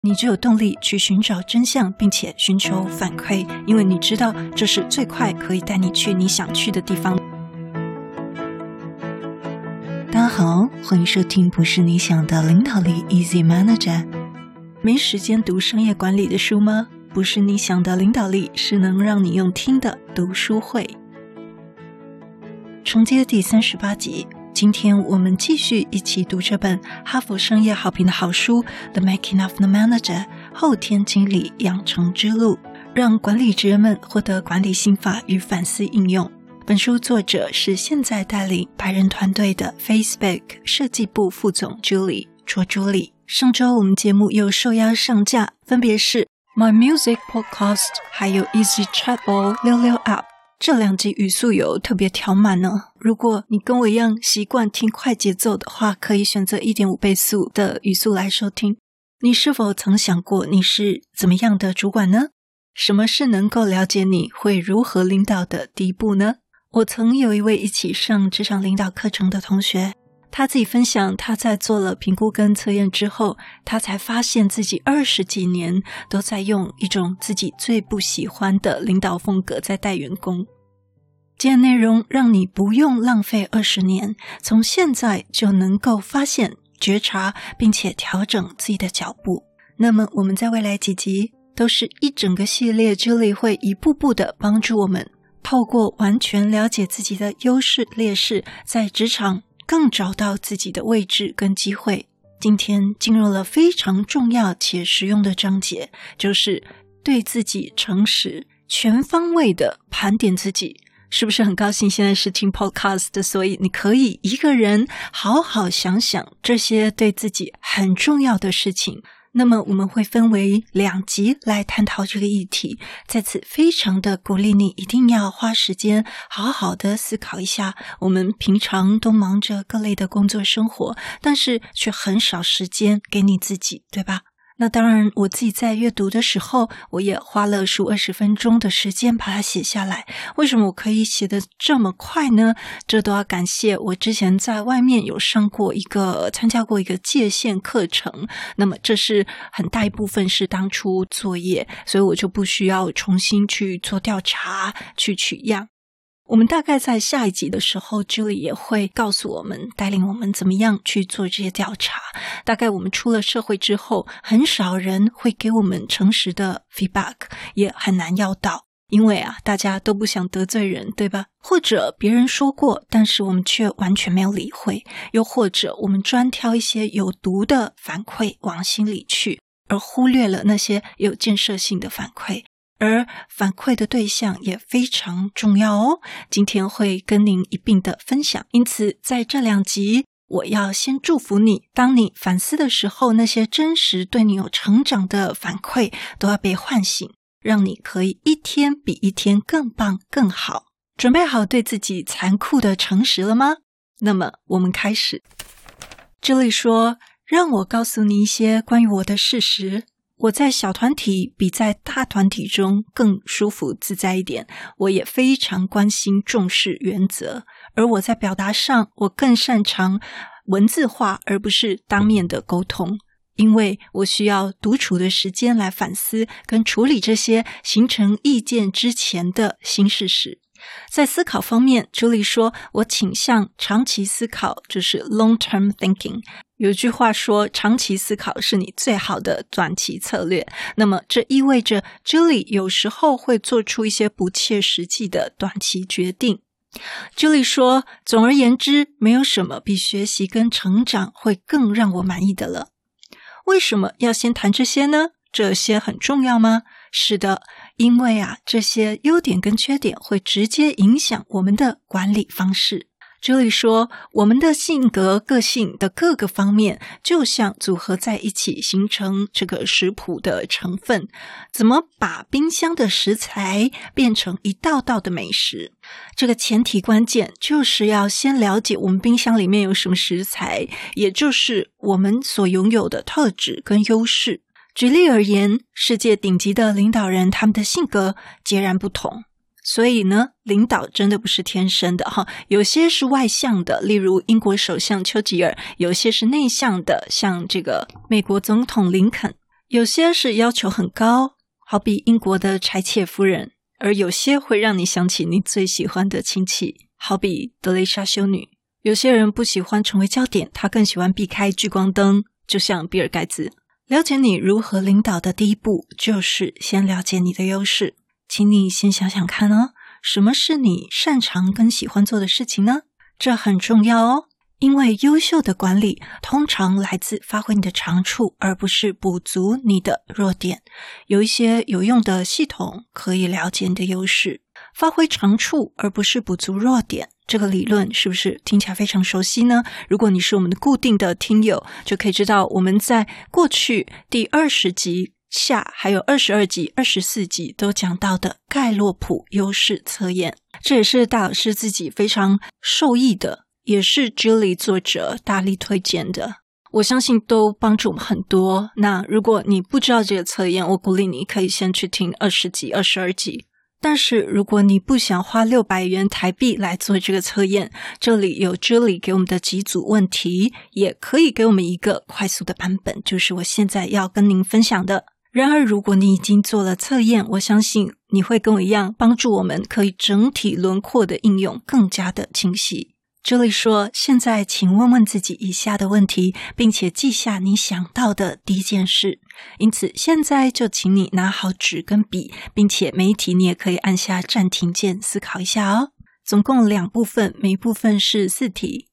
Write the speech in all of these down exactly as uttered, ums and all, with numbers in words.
你就有动力去寻找真相，并且寻求反馈，因为你知道这是最快可以带你去你想去的地方。大家好，欢迎收听不是你想的领导力 Easy Manager。 没时间读商业管理的书吗？不是你想的领导力是能让你用听的读书会。承接第三十八集，今天我们继续一起读这本哈佛商业好评的好书 The Making of the Manager 后天经理养成之路，让管理职人们获得管理心法与反思应用。本书作者是现在带领百人团队的 Facebook 设计部副总 Julie 卓朱莉。上周我们节目又受邀上架，分别是 My Music Podcast 还有 Easy Chatbot 六六 App。这两集语速有特别调慢呢，如果你跟我一样习惯听快节奏的话，可以选择 一点五 倍速的语速来收听。你是否曾想过你是怎么样的主管呢？什么是能够了解你会如何领导的第一步呢？我曾有一位一起上职场领导课程的同学，他自己分享他在做了评估跟测验之后，他才发现自己二十几年都在用一种自己最不喜欢的领导风格在带员工。今天内容让你不用浪费二十年，从现在就能够发现、觉察并且调整自己的脚步。那么我们在未来几集都是一整个系列， Julie 会一步步的帮助我们透过完全了解自己的优势劣势，在职场更找到自己的位置跟机会。今天进入了非常重要且实用的章节，就是对自己诚实，全方位的盘点自己。是不是很高兴现在是听 podcast 的，所以你可以一个人好好想想这些对自己很重要的事情。那么我们会分为两集来探讨这个议题，在此非常的鼓励你一定要花时间好好的思考一下。我们平常都忙着各类的工作生活，但是却很少时间给你自己，对吧？那当然我自己在阅读的时候，我也花了数二十分钟的时间把它写下来。为什么我可以写得这么快呢？这都要感谢我之前在外面有上过一个参加过一个界限课程，那么这是很大一部分是当初作业，所以我就不需要重新去做调查去取样。我们大概在下一集的时候 Julie 也会告诉我们，带领我们怎么样去做这些调查。大概我们出了社会之后，很少人会给我们诚实的 feedback， 也很难要到，因为啊，大家都不想得罪人，对吧？或者别人说过，但是我们却完全没有理会，又或者我们专挑一些有毒的反馈往心里去，而忽略了那些有建设性的反馈。而反馈的对象也非常重要哦，今天会跟您一并的分享。因此在这两集我要先祝福你，当你反思的时候，那些真实对你有成长的反馈都要被唤醒，让你可以一天比一天更棒更好。准备好对自己残酷的诚实了吗？那么我们开始。这里说，让我告诉你一些关于我的事实。我在小团体比在大团体中更舒服自在一点，我也非常关心重视原则，而我在表达上我更擅长文字化而不是当面的沟通，因为我需要独处的时间来反思跟处理这些形成意见之前的新事实。在思考方面，朱莉说，我倾向长期思考，就是 long-term thinking。有句话说，长期思考是你最好的短期策略。那么这意味着 Julie 有时候会做出一些不切实际的短期决定。Julie 说，总而言之，没有什么比学习跟成长会更让我满意的了。为什么要先谈这些呢？这些很重要吗？是的，因为啊，这些优点跟缺点会直接影响我们的管理方式。这里说，我们的性格、个性的各个方面就像组合在一起形成这个食谱的成分，怎么把冰箱的食材变成一道道的美食。这个前提关键就是要先了解我们冰箱里面有什么食材，也就是我们所拥有的特质跟优势。举例而言，世界顶级的领导人，他们的性格截然不同。所以呢，领导真的不是天生的哈，有些是外向的，例如英国首相丘吉尔；有些是内向的，像这个美国总统林肯； 有些是要求很高，好比英国的柴契尔夫人，而有些会让你想起你最喜欢的亲戚，好比德蕾莎修女。有些人不喜欢成为焦点，他更喜欢避开聚光灯，就像比尔盖茨。了解你如何领导的第一步，就是先了解你的优势。请你先想想看哦，什么是你擅长跟喜欢做的事情呢？这很重要哦，因为优秀的管理通常来自发挥你的长处，而不是补足你的弱点。有一些有用的系统可以了解你的优势，发挥长处而不是补足弱点。这个理论是不是听起来非常熟悉呢？如果你是我们的固定的听友，就可以知道我们在过去第二十集下还有二十二集、二十四集都讲到的盖洛普优势测验，这也是大老师自己非常受益的，也是 Julie 作者大力推荐的，我相信都帮助我们很多。那如果你不知道这个测验，我鼓励你可以先去听二十集、二十二集。但是如果你不想花六百元台币来做这个测验，这里有 Julie 给我们的几组问题，也可以给我们一个快速的版本，就是我现在要跟您分享的。然而如果你已经做了测验，我相信你会跟我一样，帮助我们可以整体轮廓的应用更加的清晰。Julie 说，现在请问问自己以下的问题，并且记下你想到的第一件事。因此现在就请你拿好纸跟笔，并且每一题你也可以按下暂停键思考一下哦。总共两部分，每一部分是四题。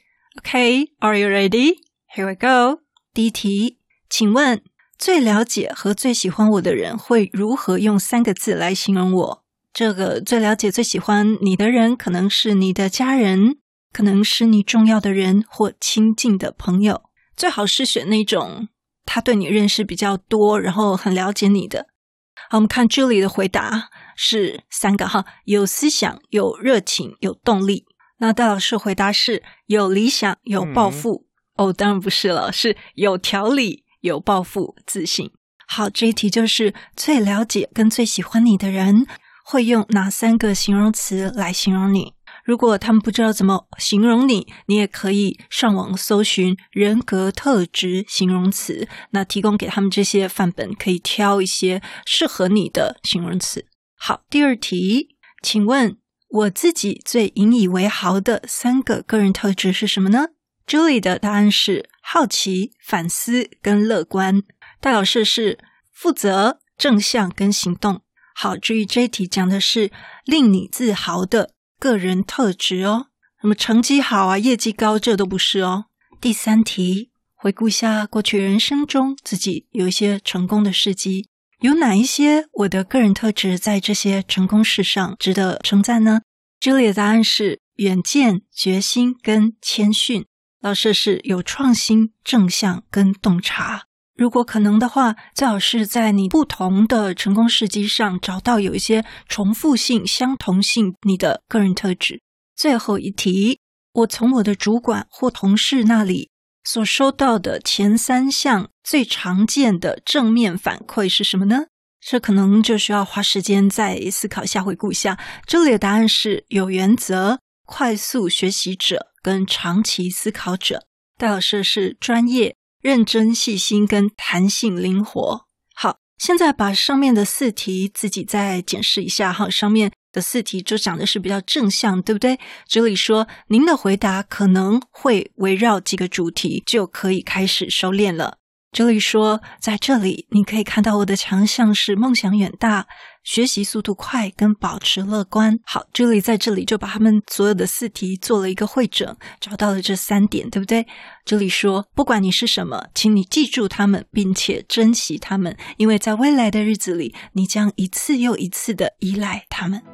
Okay, are you ready? Here we go. 第一题，请问最了解和最喜欢我的人会如何用三个字来形容我？这个最了解最喜欢你的人可能是你的家人，可能是你重要的人或亲近的朋友，最好是选那种他对你认识比较多，然后很了解你的。好，我们看 Julie 的回答是三个哈，有思想、有热情、有动力。那戴老师回答是有理想、有抱负、嗯、哦，当然不是了，是有条理、有抱负、自信。好，这一题就是最了解跟最喜欢你的人会用哪三个形容词来形容你。如果他们不知道怎么形容你，你也可以上网搜寻人格特质形容词，那提供给他们这些范本，可以挑一些适合你的形容词。好，第二题，请问我自己最引以为豪的三个个人特质是什么呢？ Julie 的答案是好奇、反思跟乐观。戴老师是负责、正向跟行动。好，注意这一题讲的是令你自豪的个人特质哦，什么成绩好啊、业绩高，这都不是哦。第三题，回顾一下过去人生中自己有一些成功的事迹，有哪一些我的个人特质在这些成功事上值得称赞呢？ Julie 的答案是远见、决心跟谦逊。老师是有创新、正向跟洞察。如果可能的话，最好是在你不同的成功事迹上找到有一些重复性、相同性你的个人特质。最后一题，我从我的主管或同事那里所收到的前三项最常见的正面反馈是什么呢？这可能就需要花时间再思考一下、回顾一下。这里的答案是有原则、快速学习者跟长期思考者。戴老师是专业、认真、细心跟弹性灵活。好，现在把上面的四题自己再检视一下哈，上面的四题就讲的是比较正向，对不对？这里说您的回答可能会围绕几个主题，就可以开始收敛了。这里说在这里你可以看到我的强项是梦想远大、学习速度快跟保持乐观。好，这里在这里就把他们所有的四题做了一个汇整，找到了这三点，对不对？这里说不管你是什么，请你记住他们并且珍惜他们，因为在未来的日子里你将一次又一次的依赖他们。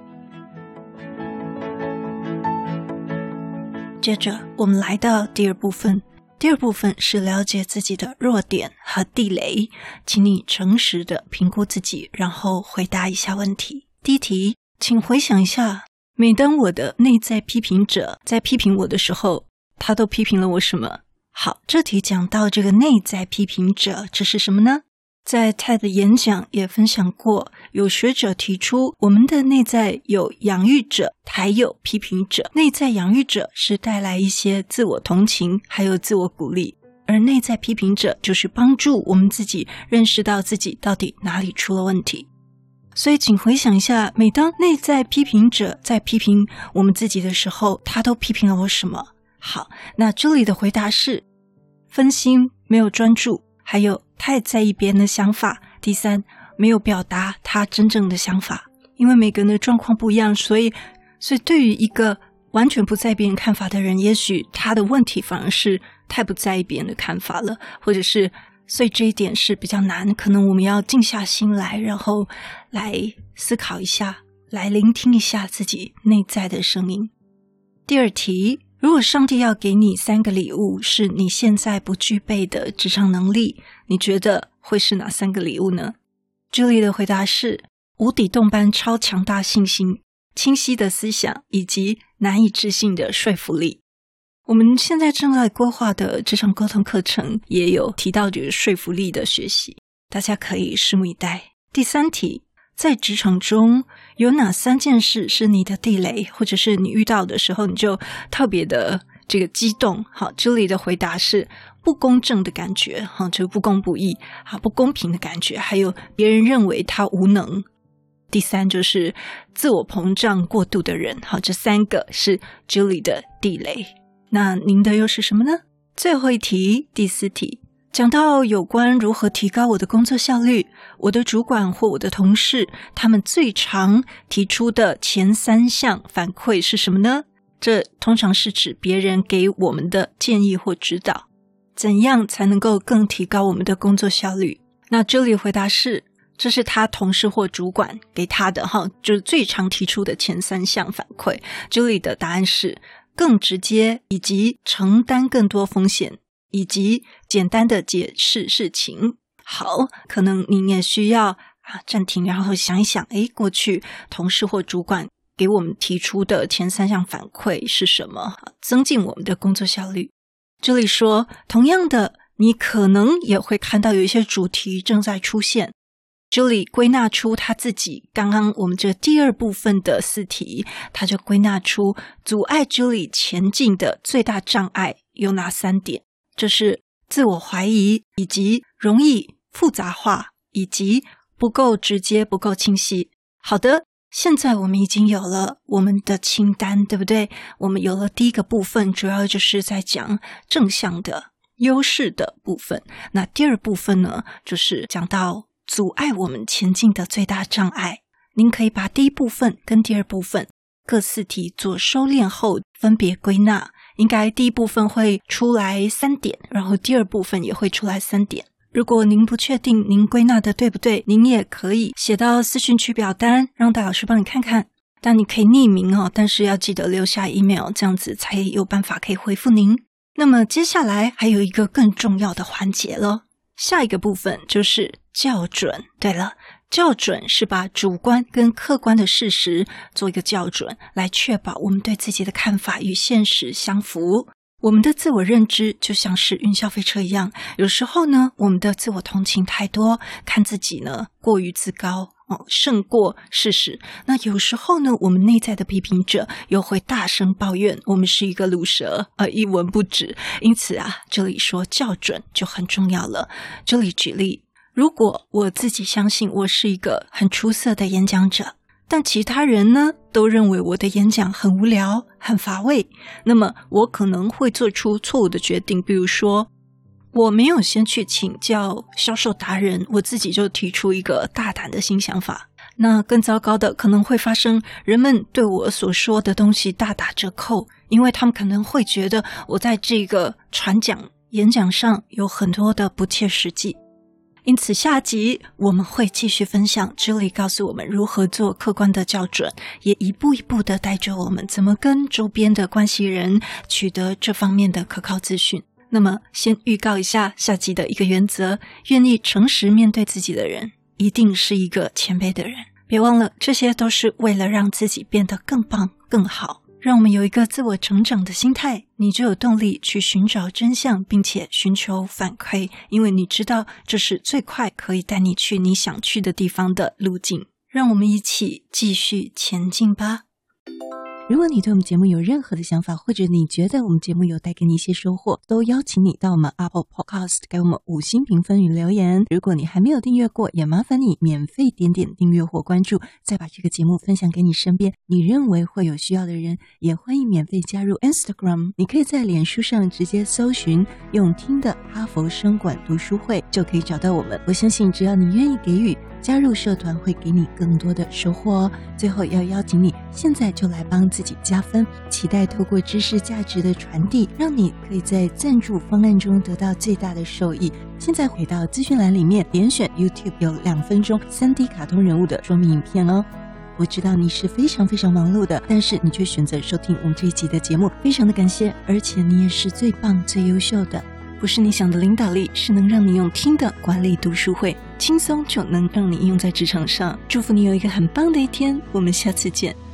接着我们来到第二部分，第二部分是了解自己的弱点和地雷，请你诚实的评估自己，然后回答一下问题。第一题，请回想一下，每当我的内在批评者在批评我的时候，他都批评了我什么？好，这题讲到这个内在批评者，这是什么呢？在 T E D 演讲也分享过，有学者提出我们的内在有养育者还有批评者。内在养育者是带来一些自我同情还有自我鼓励， 而内在批评者就是帮助我们自己认识到自己到底哪里出了问题。所以请回想一下，每当内在批评者在批评我们自己的时候，他都批评了我什么？好，那这里的回答是分心，没有专注，还有太在意别人的想法。第三，没有表达他真正的想法。因为每个人的状况不一样，所以所以对于一个完全不在意别人看法的人，也许他的问题反而是太不在意别人的看法了，或者是所以这一点是比较难，可能我们要静下心来，然后来思考一下，来聆听一下自己内在的声音。第二题，如果上帝要给你三个礼物，是你现在不具备的职场能力，你觉得会是哪三个礼物呢？这里的回答是无底洞般超强大信心、清晰的思想以及难以置信的说服力。我们现在正在规划的职场沟通课程也有提到这个说服力的学习，大家可以拭目以待。第三题，在职场中有哪三件事是你的地雷，或者是你遇到的时候你就特别的这个激动？好，这里的回答是不公正的感觉，好，就不公不义，好，不公平的感觉，还有别人认为他无能。第三就是自我膨胀过度的人，好，这三个是 Julie 的地雷。那您的又是什么呢？最后一题，第四题，讲到有关如何提高我的工作效率，我的主管或我的同事他们最常提出的前三项反馈是什么呢？这通常是指别人给我们的建议或指导，怎样才能够更提高我们的工作效率？那这里回答是这是他同事或主管给他的哈，就是最常提出的前三项反馈。这里的答案是更直接，以及承担更多风险，以及简单的解释事情。好，可能您也需要啊暂停，然后想一想，诶，过去同事或主管给我们提出的前三项反馈是什么，增进我们的工作效率。这里说，同样的，你可能也会看到有一些主题正在出现。Julie 归纳出他自己刚刚我们这第二部分的四题，他就归纳出阻碍 Julie 前进的最大障碍有哪三点，这是自我怀疑，以及容易复杂化，以及不够直接，不够清晰。好的，现在我们已经有了我们的清单，对不对？我们有了第一个部分，主要就是在讲正向的优势的部分。那第二部分呢，就是讲到阻碍我们前进的最大障碍。您可以把第一部分跟第二部分各四题做收敛后分别归纳，应该第一部分会出来三点，然后第二部分也会出来三点。如果您不确定您归纳的对不对，您也可以写到私讯区表单，让戴老师帮你看看。但你可以匿名哦，但是要记得留下 email， 这样子才有办法可以回复您。那么接下来还有一个更重要的环节了，下一个部分就是校准。对了，校准是把主观跟客观的事实做一个校准，来确保我们对自己的看法与现实相符。我们的自我认知就像是云霄飞车一样，有时候呢，我们的自我同情太多，看自己呢过于自高哦，胜过事实。那有时候呢，我们内在的批评者又会大声抱怨我们是一个鲁蛇，呃，一文不值。因此啊，这里说校准就很重要了。这里举例，如果我自己相信我是一个很出色的演讲者，但其他人呢都认为我的演讲很无聊很乏味，那么我可能会做出错误的决定。比如说，我没有先去请教销售达人，我自己就提出一个大胆的新想法。那更糟糕的可能会发生，人们对我所说的东西大打折扣，因为他们可能会觉得我在这个传讲演讲上有很多的不切实际。因此下集我们会继续分享 Julie 告诉我们如何做客观的校准，也一步一步的带着我们怎么跟周边的关系人取得这方面的可靠资讯。那么先预告一下下集的一个原则，愿意诚实面对自己的人一定是一个谦卑的人。别忘了，这些都是为了让自己变得更棒更好。让我们有一个自我成长的心态，你就有动力去寻找真相，并且寻求反馈，因为你知道这是最快可以带你去你想去的地方的路径。让我们一起继续前进吧。 如果你对我们节目有任何的想法，或者你觉得我们节目有带给你一些收获，都邀请你到我们 Apple Podcast 给我们五星评分与留言。如果你还没有订阅过，也麻烦你免费点点订阅或关注，再把这个节目分享给你身边你认为会有需要的人。也欢迎免费加入 Instagram， 你可以在脸书上直接搜寻用听的哈佛声管读书会，就可以找到我们。我相信只要你愿意给予，加入社团会给你更多的收获哦。最后要邀请你现在就来帮自己加分，期待透过知识价值的传递，让你可以在赞助方案中得到最大的受益。现在回到资讯栏里面，点选 YouTube 有两分钟 三 D 卡通人物的说明影片哦。我知道你是非常非常忙碌的，但是你却选择收听我们这一集的节目，非常的感谢，而且你也是最棒最优秀的。不是你想的领导力，是能让你用听的管理读书会，轻松就能让你应用在职场上。祝福你有一个很棒的一天，我们下次见。